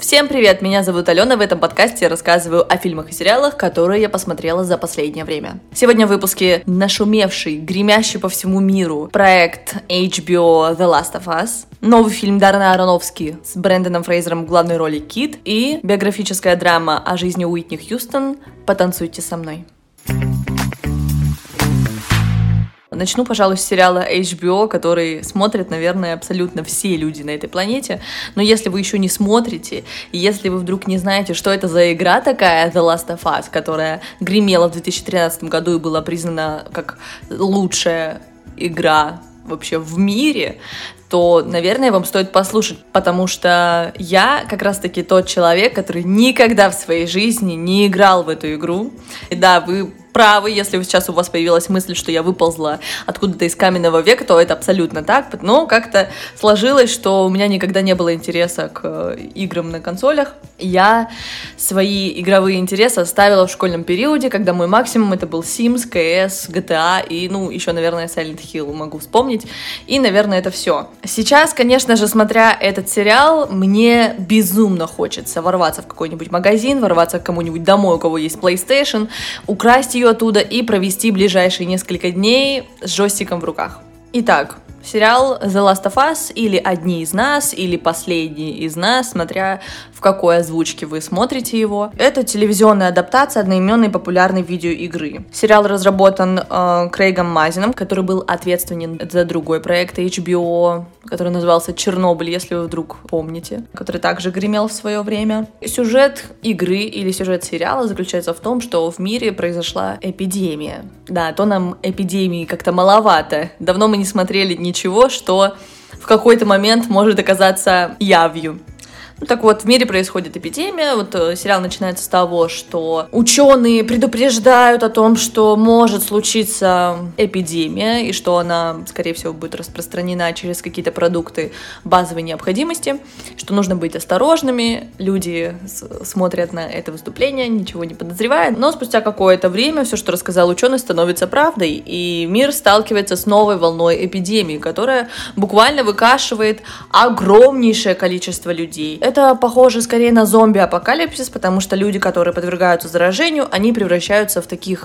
Всем привет, меня зовут Алена, в этом подкасте я рассказываю о фильмах и сериалах, которые я посмотрела за последнее время. Сегодня в выпуске нашумевший, гремящий по всему миру проект HBO The Last of Us, новый фильм Даррена Аронофски с Брендоном Фрейзером в главной роли Кит и биографическая драма о жизни Уитни Хьюстон «Потанцуйте со мной». Начну, пожалуй, с сериала HBO, который смотрят, наверное, абсолютно все люди на этой планете. Но если вы еще не смотрите, и если вы вдруг не знаете, что это за игра такая The Last of Us, которая гремела в 2013 году и была признана как лучшая игра вообще в мире, то, наверное, вам стоит послушать, потому что я как раз-таки тот человек, который никогда в своей жизни не играл в эту игру. И да, вы правы, если сейчас у вас появилась мысль, что я выползла откуда-то из каменного века, то это абсолютно так, но как-то сложилось, что у меня никогда не было интереса к играм на консолях. Я свои игровые интересы оставила в школьном периоде, когда мой максимум это был Sims, CS, GTA и, еще, наверное, Silent Hill могу вспомнить, и, наверное, это все. Сейчас, конечно же, смотря этот сериал, мне безумно хочется ворваться в какой-нибудь магазин, ворваться к кому-нибудь домой, у кого есть PlayStation, украсть ее оттуда и провести ближайшие несколько дней с джойстиком в руках. Итак, сериал The Last of Us, или «Одни из нас», или «Последние из нас», смотря в какой озвучке вы смотрите его. Это телевизионная адаптация одноименной популярной видеоигры. Сериал разработан Крейгом Мазином, который был ответственен за другой проект HBO, который назывался «Чернобыль», если вы вдруг помните, который также гремел в свое время. Сюжет игры или сюжет сериала заключается в том, что в мире произошла эпидемия. Да, то нам эпидемии как-то маловато. Давно мы не смотрели ничего, что в какой-то момент может оказаться явью. Так вот, в мире происходит эпидемия. Сериал начинается с того, что ученые предупреждают о том, что может случиться эпидемия, и что она, скорее всего, будет распространена через какие-то продукты базовой необходимости, что нужно быть осторожными. Люди смотрят на это выступление, ничего не подозревая. Но спустя какое-то время все, что рассказал ученый, становится правдой, и мир сталкивается с новой волной эпидемии, которая буквально выкашивает огромнейшее количество людей. Это похоже скорее на зомби-апокалипсис, потому что люди, которые подвергаются заражению, они превращаются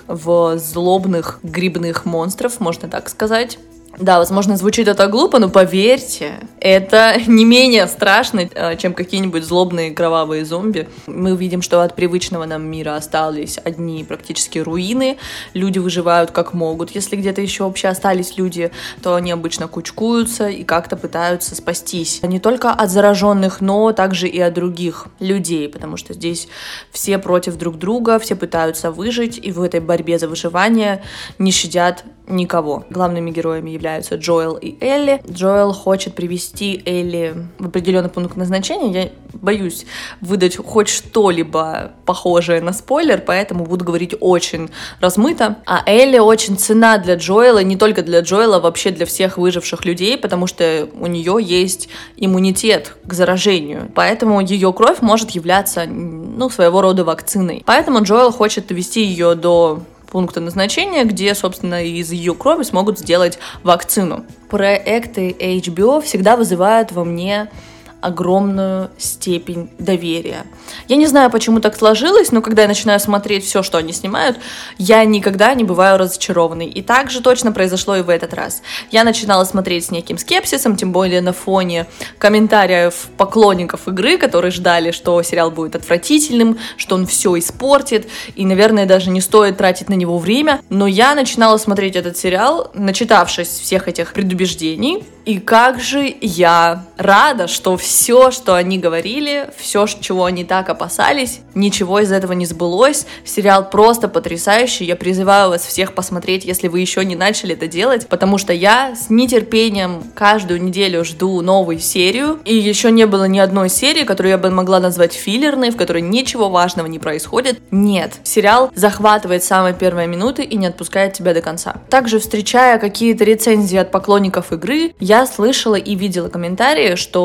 в злобных грибных монстров, можно так сказать. Да, возможно, звучит это глупо, но поверьте, это не менее страшно, чем какие-нибудь злобные кровавые зомби. Мы видим, что от привычного нам мира остались одни практически руины. Люди выживают как могут. Если где-то еще вообще остались люди, то они обычно кучкуются и как-то пытаются спастись. Не только от зараженных, но также и от других людей, потому что здесь все против друг друга, все пытаются выжить, и в этой борьбе за выживание не щадят никого. Главными героями являются Джоэл и Элли. Джоэл хочет привести Элли в определенный пункт назначения. Я боюсь выдать хоть что-либо похожее на спойлер, поэтому буду говорить очень размыто. А Элли очень ценна для Джоэла, не только для Джоэла, а вообще для всех выживших людей, потому что у нее есть иммунитет к заражению. Поэтому ее кровь может являться, своего рода вакциной. Поэтому Джоэл хочет довести ее до пункта назначения, где, собственно, из ее крови смогут сделать вакцину. Проекты HBO всегда вызывают во мне огромную степень доверия. Я не знаю, почему так сложилось, но когда я начинаю смотреть все, что они снимают, я никогда не бываю разочарованной. И так же точно произошло и в этот раз. Я начинала смотреть с неким скепсисом, тем более на фоне комментариев поклонников игры, которые ждали, что сериал будет отвратительным, что он все испортит, и, наверное, даже не стоит тратить на него время. Но я начинала смотреть этот сериал, начитавшись всех этих предубеждений, и как же я рада, что все, что они говорили, все, чего они так опасались, ничего из этого не сбылось. Сериал просто потрясающий. Я призываю вас всех посмотреть, если вы еще не начали это делать, потому что я с нетерпением каждую неделю жду новую серию, и еще не было ни одной серии, которую я бы могла назвать филлерной, в которой ничего важного не происходит. Нет. Сериал захватывает с самой первой минуты и не отпускает тебя до конца. Также, встречая какие-то рецензии от поклонников игры, я слышала и видела комментарии, что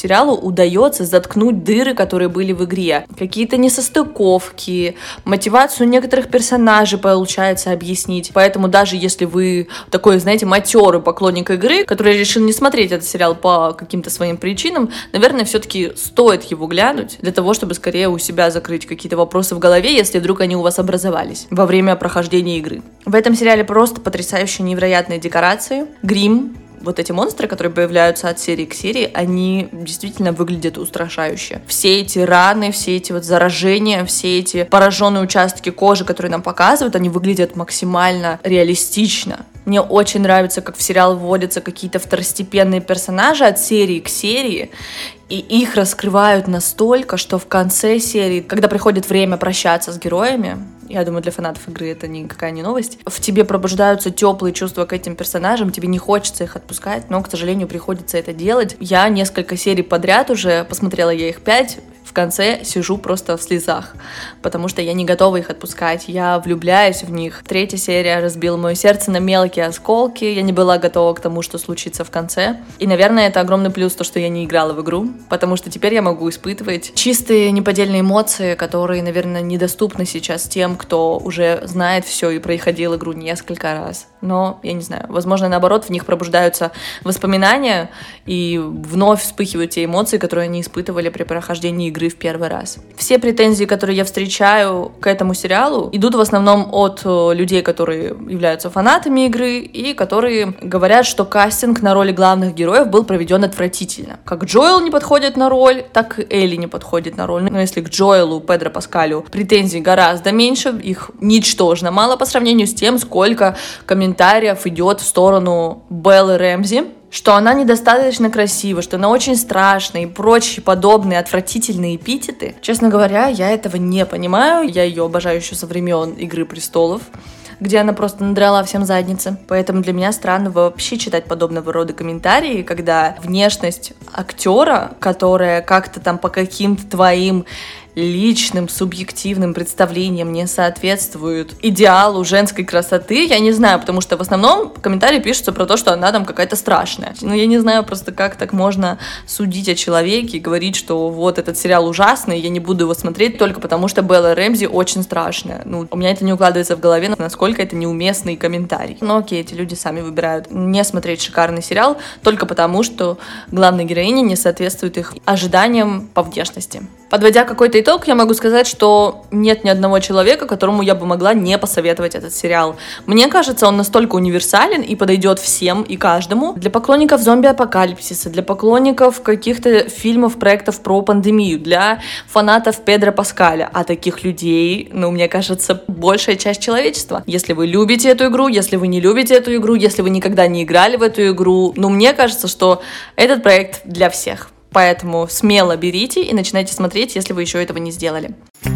сериалу удается заткнуть дыры, которые были в игре. Какие-то несостыковки, мотивацию некоторых персонажей получается объяснить. Поэтому даже если вы такой, знаете, матерый поклонник игры, который решил не смотреть этот сериал по каким-то своим причинам, наверное, все-таки стоит его глянуть для того, чтобы скорее у себя закрыть какие-то вопросы в голове, если вдруг они у вас образовались во время прохождения игры. В этом сериале просто потрясающие невероятные декорации, грим. Вот эти монстры, которые появляются от серии к серии, они действительно выглядят устрашающе. Все эти раны, все эти вот заражения, все эти пораженные участки кожи, которые нам показывают, они выглядят максимально реалистично. Мне очень нравится, как в сериал вводятся какие-то второстепенные персонажи от серии к серии, и их раскрывают настолько, что в конце серии, когда приходит время прощаться с героями, я думаю, для фанатов игры это никакая не новость, в тебе пробуждаются теплые чувства к этим персонажам, тебе не хочется их отпускать, но, к сожалению, приходится это делать. Я несколько серий подряд уже, посмотрела я их 5, в конце сижу просто в слезах, потому что я не готова их отпускать, я влюбляюсь в них. 3-я серия разбила мое сердце на мелкие осколки, я не была готова к тому, что случится в конце. И, наверное, это огромный плюс, то, что я не играла в игру, потому что теперь я могу испытывать чистые, неподдельные эмоции, которые, наверное, недоступны сейчас тем, кто уже знает все и проходил игру несколько раз. Но, я не знаю, возможно, наоборот, в них пробуждаются воспоминания и вновь вспыхивают те эмоции, которые они испытывали при прохождении игры в первый раз. Все претензии, которые я встречаю к этому сериалу, идут в основном от людей, которые являются фанатами игры и которые говорят, что кастинг на роли главных героев был проведен отвратительно. Как Джоэл не подходит на роль, так и Элли не подходит на роль. Но если к Джоэлу, Педро Паскалю претензий гораздо меньше, их ничтожно мало по сравнению с тем, сколько комментариев идет в сторону Беллы Рэмзи, что она недостаточно красива, что она очень страшная и прочие подобные отвратительные эпитеты. Честно говоря, я этого не понимаю. Я ее обожаю еще со времен «Игры престолов», где она просто надрала всем задницы. Поэтому для меня странно вообще читать подобного рода комментарии, когда внешность актера, которая как-то там по каким-то твоим личным, субъективным представлениям не соответствует идеалу женской красоты, я не знаю, потому что в основном комментарии пишутся про то, что она там какая-то страшная. Ну, я не знаю просто, как так можно судить о человеке и говорить, что вот этот сериал ужасный, я не буду его смотреть только потому, что Белла Рэмзи очень страшная. Ну, у меня это не укладывается в голове, насколько это неуместный комментарий. Но окей, эти люди сами выбирают не смотреть шикарный сериал только потому, что главная героиня не соответствует их ожиданиям по внешности. Подводя какой-то итог, я могу сказать, что нет ни одного человека, которому я бы могла не посоветовать этот сериал. Мне кажется, он настолько универсален и подойдет всем и каждому. Для поклонников зомби-апокалипсиса, для поклонников каких-то фильмов, проектов про пандемию, для фанатов Педро Паскаля. А таких людей, мне кажется, большая часть человечества. Если вы любите эту игру, если вы не любите эту игру, если вы никогда не играли в эту игру, мне кажется, что этот проект для всех. Поэтому смело берите и начинайте смотреть, если вы еще этого не сделали.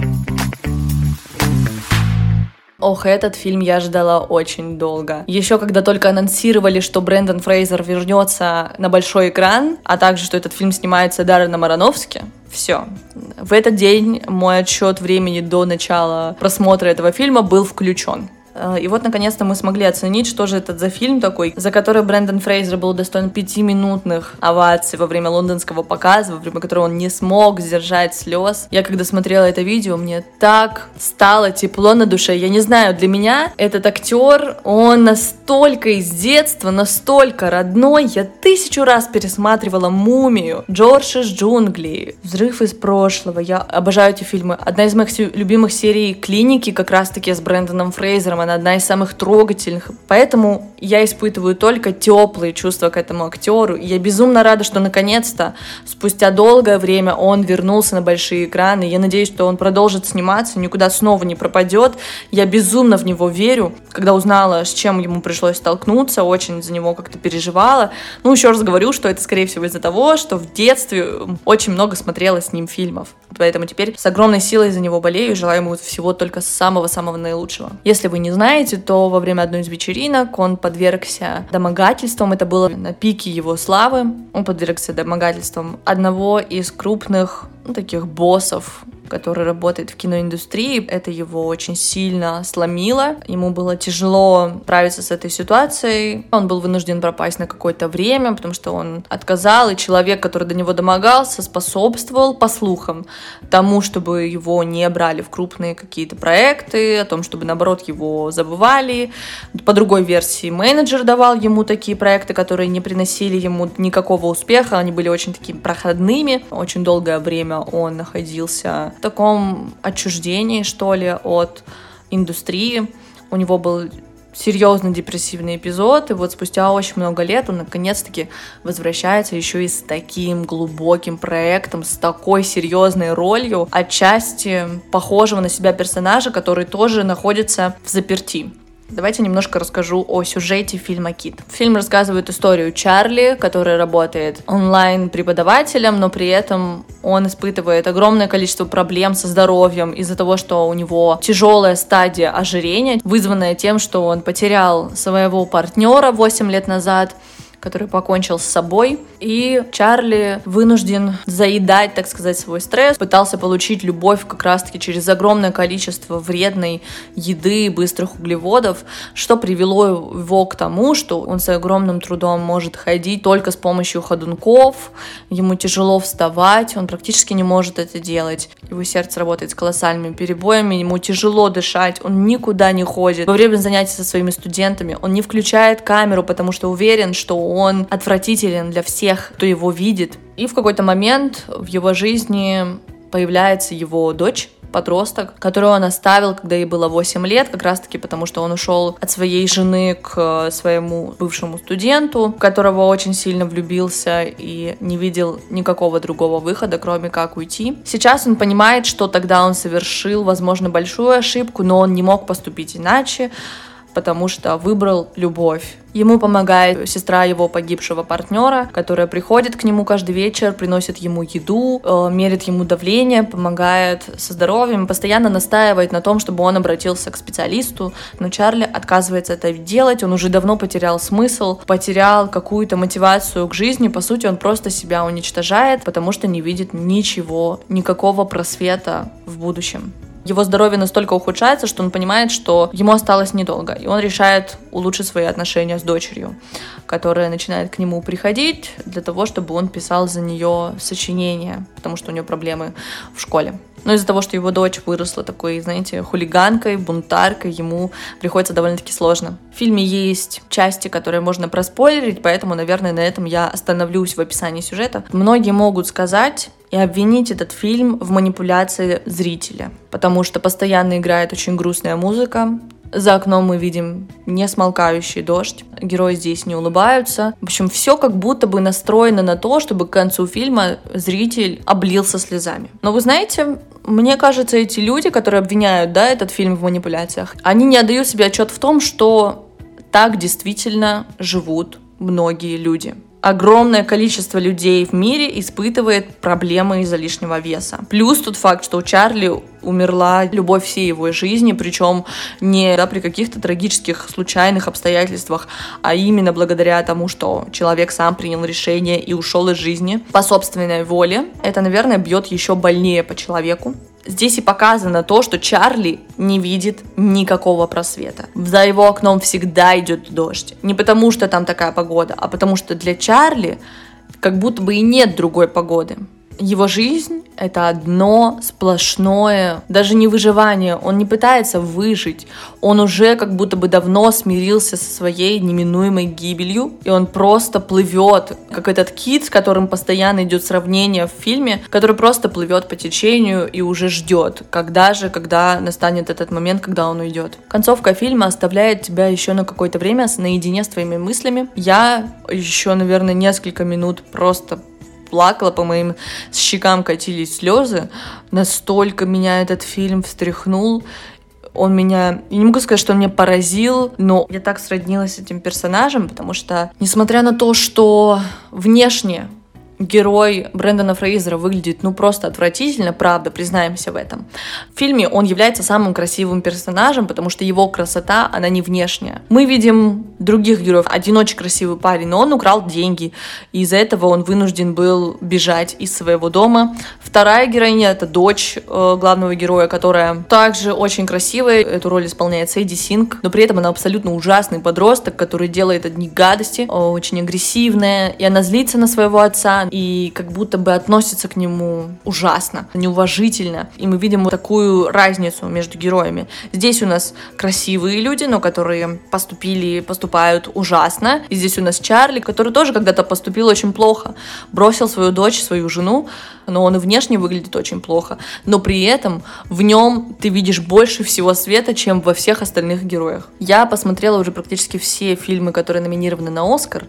Ох, этот фильм я ждала очень долго. Еще когда только анонсировали, что Брендан Фрейзер вернется на большой экран, а также, что этот фильм снимается Дарреном Аронофски, все. В этот день мой отсчет времени до начала просмотра этого фильма был включен. И вот, наконец-то, мы смогли оценить, что же это за фильм такой, за который Брендан Фрейзер был достоин 5-минутных оваций во время лондонского показа, во время которого он не смог сдержать слез. Я, когда смотрела это видео, мне так стало тепло на душе. Я не знаю, для меня этот актер, он настолько из детства, настолько родной. Я 1000 раз пересматривала «Мумию», «Джордж из джунглей», «Взрыв из прошлого». Я обожаю эти фильмы. Одна из моих любимых серий «Клиники» как раз-таки с Бренданом Фрейзером. Она одна из самых трогательных. Поэтому я испытываю только теплые чувства к этому актеру. И я безумно рада, что наконец-то, спустя долгое время, он вернулся на большие экраны. Я надеюсь, что он продолжит сниматься, никуда снова не пропадет. Я безумно в него верю. Когда узнала, с чем ему пришлось столкнуться, очень за него как-то переживала. Еще раз говорю, что это, скорее всего, из-за того, что в детстве очень много смотрела с ним фильмов. Поэтому теперь с огромной силой за него болею и желаю ему всего только самого-самого наилучшего. Если вы не знаете, то во время одной из вечеринок он подвергся домогательствам. Это было на пике его славы. Он подвергся домогательствам одного из крупных таких боссов который работает в киноиндустрии. Это его очень сильно сломило. Ему было тяжело справиться с этой ситуацией. Он был вынужден пропасть на какое-то время, потому что он отказал, и человек, который до него домогался, способствовал, по слухам, тому, чтобы его не брали в крупные какие-то проекты, о том, чтобы, наоборот, его забывали. По другой версии, менеджер давал ему такие проекты, которые не приносили ему никакого успеха, они были очень такими проходными. Очень долгое время он находился в таком отчуждении, что ли, от индустрии. У него был серьезный депрессивный эпизод, и вот спустя очень много лет он наконец-таки возвращается еще и с таким глубоким проектом, с такой серьезной ролью, отчасти похожего на себя персонажа, который тоже находится в заперти. Давайте немножко расскажу о сюжете фильма «Кит». Фильм рассказывает историю Чарли, который работает онлайн-преподавателем, но при этом он испытывает огромное количество проблем со здоровьем из-за того, что у него тяжелая стадия ожирения, вызванная тем, что он потерял своего партнера 8 лет назад, который покончил с собой, и Чарли вынужден заедать, так сказать, свой стресс, пытался получить любовь как раз-таки через огромное количество вредной еды и быстрых углеводов, что привело его к тому, что он с огромным трудом может ходить только с помощью ходунков, ему тяжело вставать, он практически не может это делать, его сердце работает с колоссальными перебоями, ему тяжело дышать, он никуда не ходит. Во время занятий со своими студентами он не включает камеру, потому что уверен, что он отвратителен для всех, кто его видит. И в какой-то момент в его жизни появляется его дочь, подросток, которую он оставил, когда ей было 8 лет, как раз-таки потому, что он ушел от своей жены к своему бывшему студенту, в которого очень сильно влюбился и не видел никакого другого выхода, кроме как уйти. Сейчас он понимает, что тогда он совершил, возможно, большую ошибку, но он не мог поступить иначе, потому что выбрал любовь. Ему помогает сестра его погибшего партнера, которая приходит к нему каждый вечер, приносит ему еду, мерит ему давление, помогает со здоровьем, постоянно настаивает на том, чтобы он обратился к специалисту, но Чарли отказывается это делать, он уже давно потерял смысл, потерял какую-то мотивацию к жизни, по сути, он просто себя уничтожает, потому что не видит ничего, никакого просвета в будущем. Его здоровье настолько ухудшается, что он понимает, что ему осталось недолго, и он решает улучшить свои отношения с дочерью, которая начинает к нему приходить для того, чтобы он писал за нее сочинения, потому что у нее проблемы в школе. Но из-за того, что его дочь выросла такой, знаете, хулиганкой, бунтаркой, ему приходится довольно-таки сложно. В фильме есть части, которые можно проспойлерить, поэтому, наверное, на этом я остановлюсь в описании сюжета. Многие могут сказать и обвинить этот фильм в манипуляции зрителя, потому что постоянно играет очень грустная музыка, за окном мы видим несмолкающий дождь, герои здесь не улыбаются. В общем, все как будто бы настроено на то, чтобы к концу фильма зритель облился слезами. Но вы знаете, мне кажется, эти люди, которые обвиняют, этот фильм в манипуляциях, они не отдают себе отчет в том, что так действительно живут многие люди. Огромное количество людей в мире испытывает проблемы из-за лишнего веса. Плюс тот факт, что у Чарли умерла любовь всей его жизни, причем не при каких-то трагических случайных обстоятельствах, а именно благодаря тому, что человек сам принял решение и ушел из жизни по собственной воле. Это, наверное, бьет еще больнее по человеку. Здесь и показано то, что Чарли не видит никакого просвета. За его окном всегда идет дождь. Не потому, что там такая погода, а потому что для Чарли как будто бы и нет другой погоды. Его жизнь — это одно сплошное, даже не выживание, он не пытается выжить, он уже как будто бы давно смирился со своей неминуемой гибелью, и он просто плывет, как этот кит, с которым постоянно идет сравнение в фильме, который просто плывет по течению и уже ждет, когда настанет этот момент, когда он уйдет. Концовка фильма оставляет тебя еще на какое-то время наедине с твоими мыслями. Я еще, наверное, несколько минут просто плакала, по моим щекам катились слезы. Настолько меня этот фильм встряхнул. Он меня, я не могу сказать, что он меня поразил, но я так сроднилась с этим персонажем, потому что, несмотря на то, что внешне герой Брендана Фрейзера выглядит просто отвратительно, правда, признаемся в этом. В фильме он является самым красивым персонажем, потому что его красота, она не внешняя. Мы видим других героев. Один очень красивый парень, но он украл деньги, и из-за этого он вынужден был бежать из своего дома. Вторая героиня — это дочь главного героя, которая также очень красивая. Эту роль исполняет Сэйди Синг, но при этом она абсолютно ужасный подросток, который делает одни гадости, очень агрессивная, и она злится на своего отца, и как будто бы относится к нему ужасно, неуважительно. И мы видим вот такую разницу между героями. Здесь у нас красивые люди, но которые поступают ужасно. И здесь у нас Чарли, который тоже когда-то поступил очень плохо. Бросил свою дочь, свою жену, но он и внешне выглядит очень плохо. Но при этом в нем ты видишь больше всего света, чем во всех остальных героях. Я посмотрела уже практически все фильмы, которые номинированы на Оскар,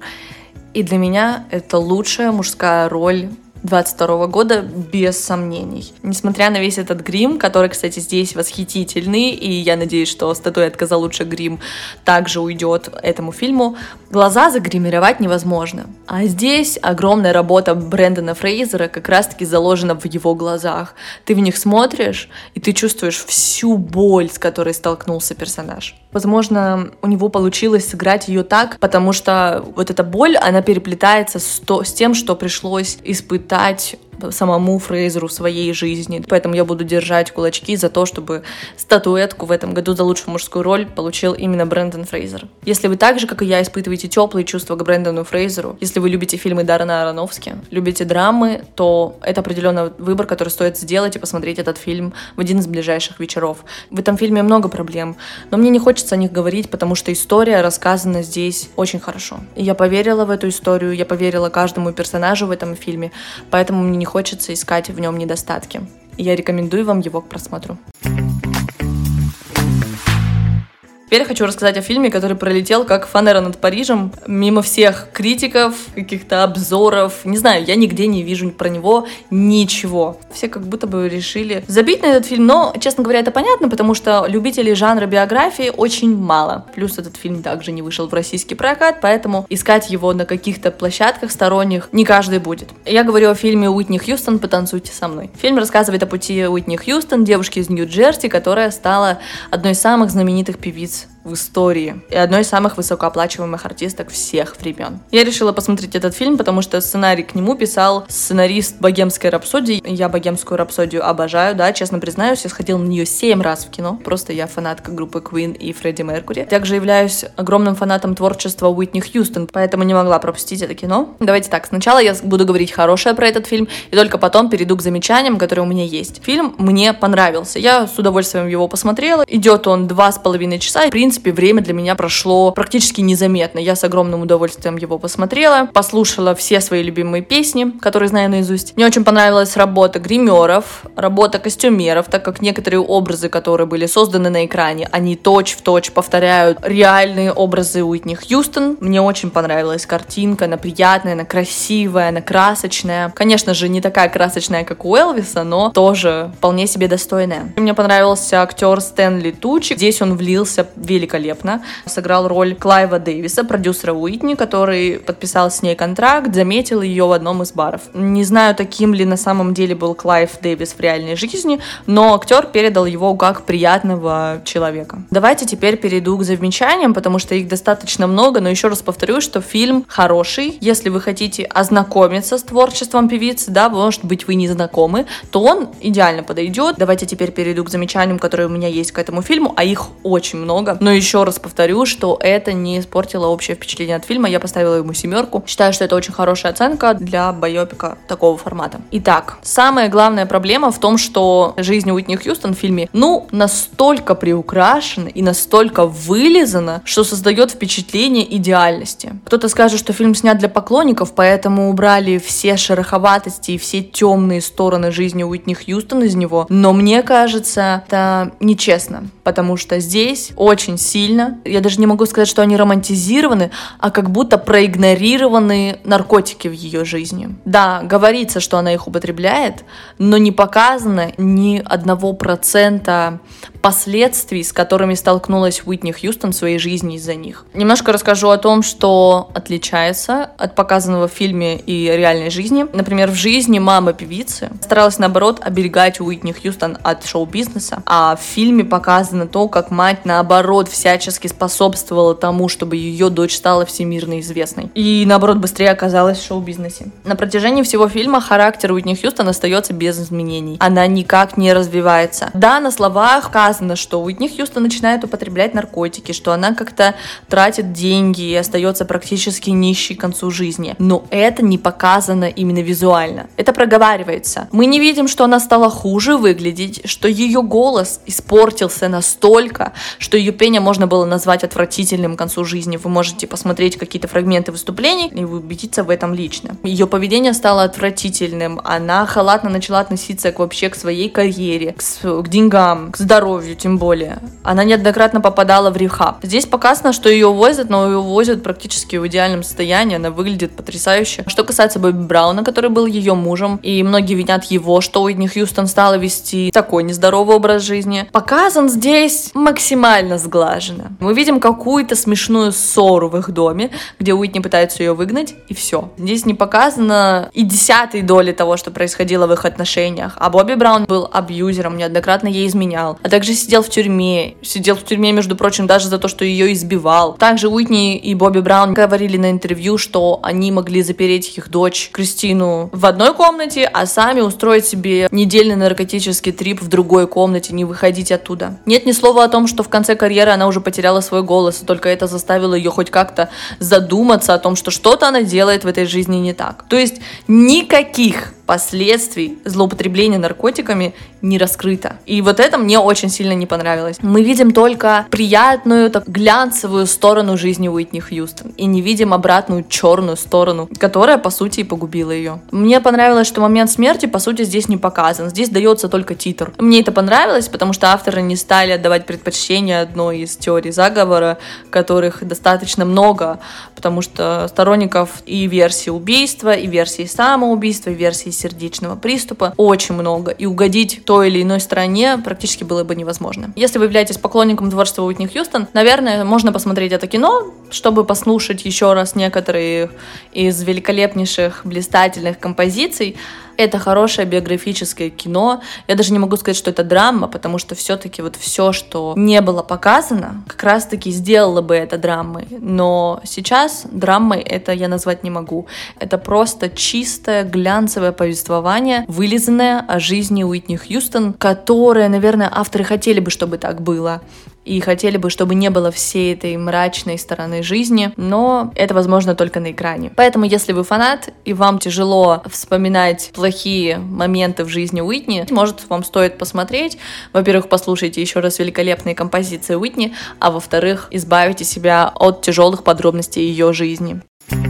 и для меня это лучшая мужская роль 22 года, без сомнений. Несмотря на весь этот грим, который, кстати, здесь восхитительный, и я надеюсь, что статуэтка за лучший грим также уйдет этому фильму, глаза загримировать невозможно. А здесь огромная работа Брендана Фрейзера как раз-таки заложена в его глазах. Ты в них смотришь, и ты чувствуешь всю боль, с которой столкнулся персонаж. Возможно, у него получилось сыграть ее так, потому что вот эта боль, она переплетается с тем, что пришлось испытать самому Фрейзеру в своей жизни. Поэтому я буду держать кулачки за то, чтобы статуэтку в этом году за лучшую мужскую роль получил именно Брендан Фрейзер. Если вы так же, как и я, испытываете теплые чувства к Брендану Фрейзеру, если вы любите фильмы Даррена Аронофски, любите драмы, то это определенно выбор, который стоит сделать и посмотреть этот фильм в один из ближайших вечеров. В этом фильме много проблем, но мне не хочется о них говорить, потому что история рассказана здесь очень хорошо. И я поверила в эту историю, я поверила каждому персонажу в этом фильме, поэтому мне не хочется искать в нем недостатки. И я рекомендую вам его к просмотру. Теперь я хочу рассказать о фильме, который пролетел как фанера над Парижем, мимо всех критиков, каких-то обзоров. Не знаю, я нигде не вижу про него ничего. Все как будто бы решили забить на этот фильм, но, честно говоря, это понятно, потому что любителей жанра биографии очень мало. Плюс этот фильм также не вышел в российский прокат, поэтому искать его на каких-то площадках сторонних не каждый будет. Я говорю о фильме Уитни Хьюстон «Потанцуйте со мной». Фильм рассказывает о пути Уитни Хьюстон, девушки из Нью-Джерси, которая стала одной из самых знаменитых певиц в истории и одной из самых высокооплачиваемых артисток всех времен. Я решила посмотреть этот фильм, потому что сценарий к нему писал сценарист «Богемской рапсодии». Я «Богемскую рапсодию» обожаю, да, честно признаюсь, я сходила на нее 7 раз в кино, просто я фанатка группы Queen и Фредди Меркьюри. Также являюсь огромным фанатом творчества Уитни Хьюстон, поэтому не могла пропустить это кино. Давайте так, сначала я буду говорить хорошее про этот фильм, и только потом перейду к замечаниям, которые у меня есть. Фильм мне понравился, я с удовольствием его посмотрела, идет он 2,5 часа, и в принципе время для меня прошло практически незаметно. Я с огромным удовольствием его посмотрела, послушала все свои любимые песни, которые знаю наизусть. Мне очень понравилась работа гримеров, работа костюмеров, так как некоторые образы, которые были созданы на экране, они точь-в-точь повторяют реальные образы Уитни Хьюстон. Мне очень понравилась картинка, она приятная, она красивая, она красочная. Конечно же, не такая красочная, как у Элвиса, но тоже вполне себе достойная. Мне понравился актер Стэнли Тучи. Здесь он влился великолепно. Сыграл роль Клайва Дэвиса, продюсера Уитни, который подписал с ней контракт, заметил ее в одном из баров. Не знаю, таким ли на самом деле был Клайв Дэвис в реальной жизни, но актер передал его как приятного человека. Давайте теперь перейду к замечаниям, потому что их достаточно много, но еще раз повторю, что фильм хороший. Если вы хотите ознакомиться с творчеством певицы, да, может быть, вы не знакомы, то он идеально подойдет. Давайте теперь перейду к замечаниям, которые у меня есть к этому фильму, а их очень много. Но еще раз повторю, что это не испортило общее впечатление от фильма. Я поставила ему 7. Считаю, что это очень хорошая оценка для байопика такого формата. Итак, самая главная проблема в том, что жизнь Уитни Хьюстон в фильме, настолько приукрашена и настолько вылизана, что создает впечатление идеальности. Кто-то скажет, что фильм снят для поклонников, поэтому убрали все шероховатости и все темные стороны жизни Уитни Хьюстон из него. Но мне кажется, это нечестно, потому что здесь очень сильно, я даже не могу сказать, что они романтизированы, а как будто проигнорированы наркотики в ее жизни. Да, говорится, что она их употребляет, но не показано ни 1% последствий, с которыми столкнулась Уитни Хьюстон в своей жизни из-за них. Немножко расскажу о том, что отличается от показанного в фильме и реальной жизни. Например, в жизни мама певицы старалась, наоборот, оберегать Уитни Хьюстон от шоу-бизнеса, а в фильме показано то, как мать, наоборот, всячески способствовала тому, чтобы ее дочь стала всемирно известной. И, наоборот, быстрее оказалась в шоу-бизнесе. На протяжении всего фильма характер Уитни Хьюстон остается без изменений. Она никак не развивается. Да, на словах сказано, что Уитни Хьюстон начинает употреблять наркотики, что она как-то тратит деньги и остается практически нищей к концу жизни. Но это не показано именно визуально. Это проговаривается. Мы не видим, что она стала хуже выглядеть, что ее голос испортился настолько, что ее пение можно было назвать отвратительным к концу жизни. Вы можете посмотреть какие-то фрагменты выступлений и убедиться в этом лично. Ее поведение стало отвратительным. Она халатно начала относиться вообще к своей карьере, к деньгам, к здоровью тем более. Она неоднократно попадала в рехаб. Здесь показано, что ее увозят, но ее увозят практически в идеальном состоянии. Она выглядит потрясающе. Что касается Бобби Брауна, который был ее мужем, и многие винят его, что Уитни Хьюстон стала вести такой нездоровый образ жизни, показан здесь максимально сглаженно. Мы видим какую-то смешную ссору в их доме, где Уитни пытается ее выгнать, и все. Здесь не показано и десятой доли того, что происходило в их отношениях. А Бобби Браун был абьюзером, неоднократно ей изменял, а также сидел в тюрьме. Сидел в тюрьме, между прочим, даже за то, что ее избивал. Также Уитни и Бобби Браун говорили на интервью, что они могли запереть их дочь Кристину в одной комнате, а сами устроить себе недельный наркотический трип в другой комнате, не выходить оттуда. Нет ни слова о том, что в конце карьеры она уже потеряла свой голос, и только это заставило ее хоть как-то задуматься о том, что что-то она делает в этой жизни не так. То есть никаких последствий злоупотребления наркотиками не раскрыто. И вот это мне очень сильно не понравилось. Мы видим только приятную, так, глянцевую сторону жизни Уитни Хьюстон и не видим обратную черную сторону, которая, по сути, и погубила ее. Мне понравилось, что момент смерти, по сути, здесь не показан. Здесь дается только титр. Мне это понравилось, потому что авторы не стали отдавать предпочтение одной из теорий заговора, которых достаточно много, потому что сторонников и версии убийства, и версии самоубийства, и версии сердечного приступа очень много, и угодить той или иной стороне практически было бы невозможно. Если вы являетесь поклонником творчества Уитни Хьюстон, наверное, можно посмотреть это кино, чтобы послушать еще раз некоторые из великолепнейших, блистательных композиций. Это хорошее биографическое кино. Я даже не могу сказать, что это драма, потому что все-таки вот все, что не было показано, как раз-таки сделало бы это драмой. Но сейчас драмой это я назвать не могу. Это просто чистое глянцевое повествование, вылизанное о жизни Уитни Хьюстон, которое, наверное, авторы хотели бы, чтобы так было. И хотели бы, чтобы не было всей этой мрачной стороны жизни, но это возможно только на экране. Поэтому, если вы фанат, и вам тяжело вспоминать плохие моменты в жизни Уитни, может, вам стоит посмотреть. Во-первых, послушайте еще раз великолепные композиции Уитни, а во-вторых, избавите себя от тяжелых подробностей ее жизни.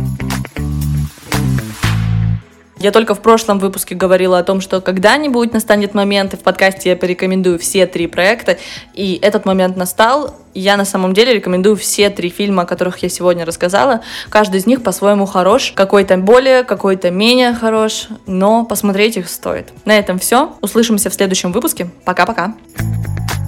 Я только в прошлом выпуске говорила о том, что когда-нибудь настанет момент, и в подкасте я порекомендую все 3 проекта, и этот момент настал. Я на самом деле рекомендую все 3 фильма, о которых я сегодня рассказала. Каждый из них по-своему хорош, какой-то более, какой-то менее хорош, но посмотреть их стоит. На этом все. Услышимся в следующем выпуске. Пока-пока.